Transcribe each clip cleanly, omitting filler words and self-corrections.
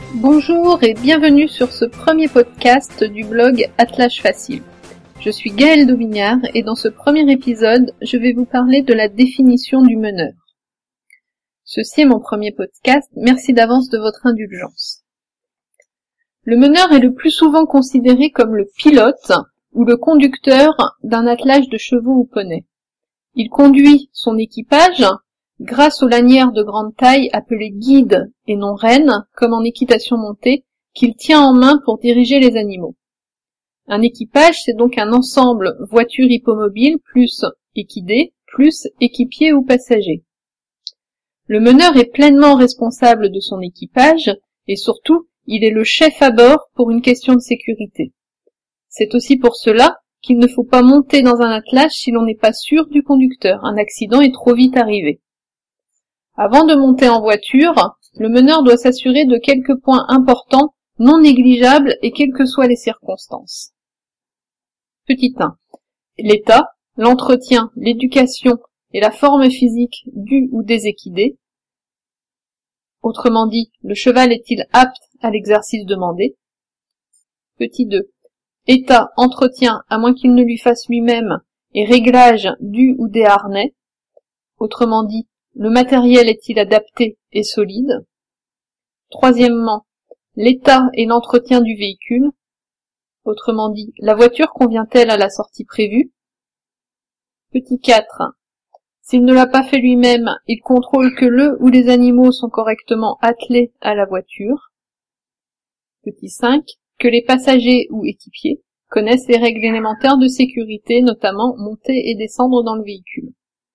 Bonjour et bienvenue sur ce premier podcast du blog Attelage Facile. Je suis Gaëlle Daubignard et dans ce premier épisode, je vais vous parler de la définition du meneur. Ceci est mon premier podcast, merci d'avance de votre indulgence. Le meneur est le plus souvent considéré comme le pilote ou le conducteur d'un attelage de chevaux ou poneys. Il conduit son équipage grâce aux lanières de grande taille appelées guides et non rênes, comme en équitation montée, qu'il tient en main pour diriger les animaux. Un équipage, c'est donc un ensemble voiture hippomobile plus équidé, plus équipier ou passager. Le meneur est pleinement responsable de son équipage et surtout, il est le chef à bord pour une question de sécurité. C'est aussi pour cela qu'il ne faut pas monter dans un attelage si l'on n'est pas sûr du conducteur. Un accident est trop vite arrivé. Avant de monter en voiture, le meneur doit s'assurer de quelques points importants, non négligeables et quelles que soient les circonstances. Petit 1. L'état, l'entretien, l'éducation et la forme physique du ou des équidés. Autrement dit, le cheval est-il apte à l'exercice demandé? Petit 2. État, entretien, à moins qu'il ne lui fasse lui-même, et réglage du ou des harnais. Autrement dit, le matériel est-il adapté et solide? Troisièmement, l'état et l'entretien du véhicule. Autrement dit, la voiture convient-elle à la sortie prévue? Petit 4. S'il ne l'a pas fait lui-même, il contrôle que le ou les animaux sont correctement attelés à la voiture. Petit 5. Que les passagers ou équipiers connaissent les règles élémentaires de sécurité, notamment monter et descendre dans le véhicule.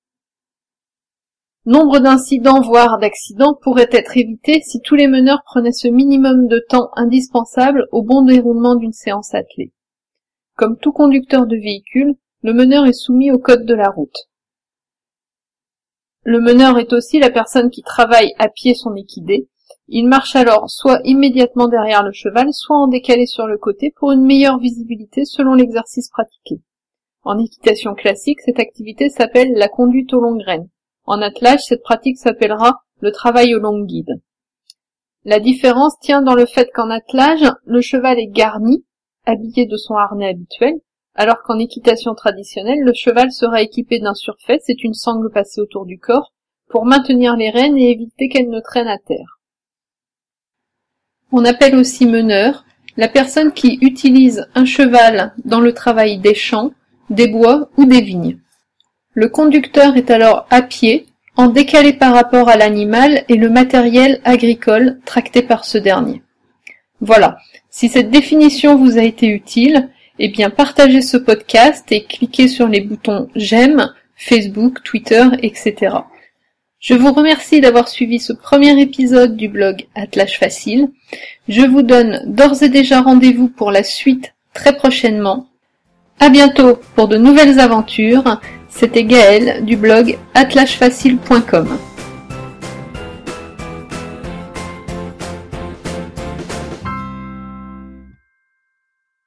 Nombre d'incidents, voire d'accidents, pourraient être évités si tous les meneurs prenaient ce minimum de temps indispensable au bon déroulement d'une séance attelée. Comme tout conducteur de véhicule, le meneur est soumis au code de la route. Le meneur est aussi la personne qui travaille à pied son équidé. Il marche alors soit immédiatement derrière le cheval, soit en décalé sur le côté pour une meilleure visibilité selon l'exercice pratiqué. En équitation classique, cette activité s'appelle la conduite aux longues rênes. En attelage, cette pratique s'appellera le travail aux longues guides. La différence tient dans le fait qu'en attelage, le cheval est garni, habillé de son harnais habituel, alors qu'en équitation traditionnelle, le cheval sera équipé d'un surfait, c'est une sangle passée autour du corps, pour maintenir les rênes et éviter qu'elles ne traînent à terre. On appelle aussi meneur la personne qui utilise un cheval dans le travail des champs, des bois ou des vignes. Le conducteur est alors à pied, en décalé par rapport à l'animal et le matériel agricole tracté par ce dernier. Voilà, si cette définition vous a été utile, eh bien partagez ce podcast et cliquez sur les boutons j'aime, Facebook, Twitter, etc. Je vous remercie d'avoir suivi ce premier épisode du blog Attelage Facile. Je vous donne d'ores et déjà rendez-vous pour la suite très prochainement. À bientôt pour de nouvelles aventures. C'était Gaëlle du blog attelagefacile.com.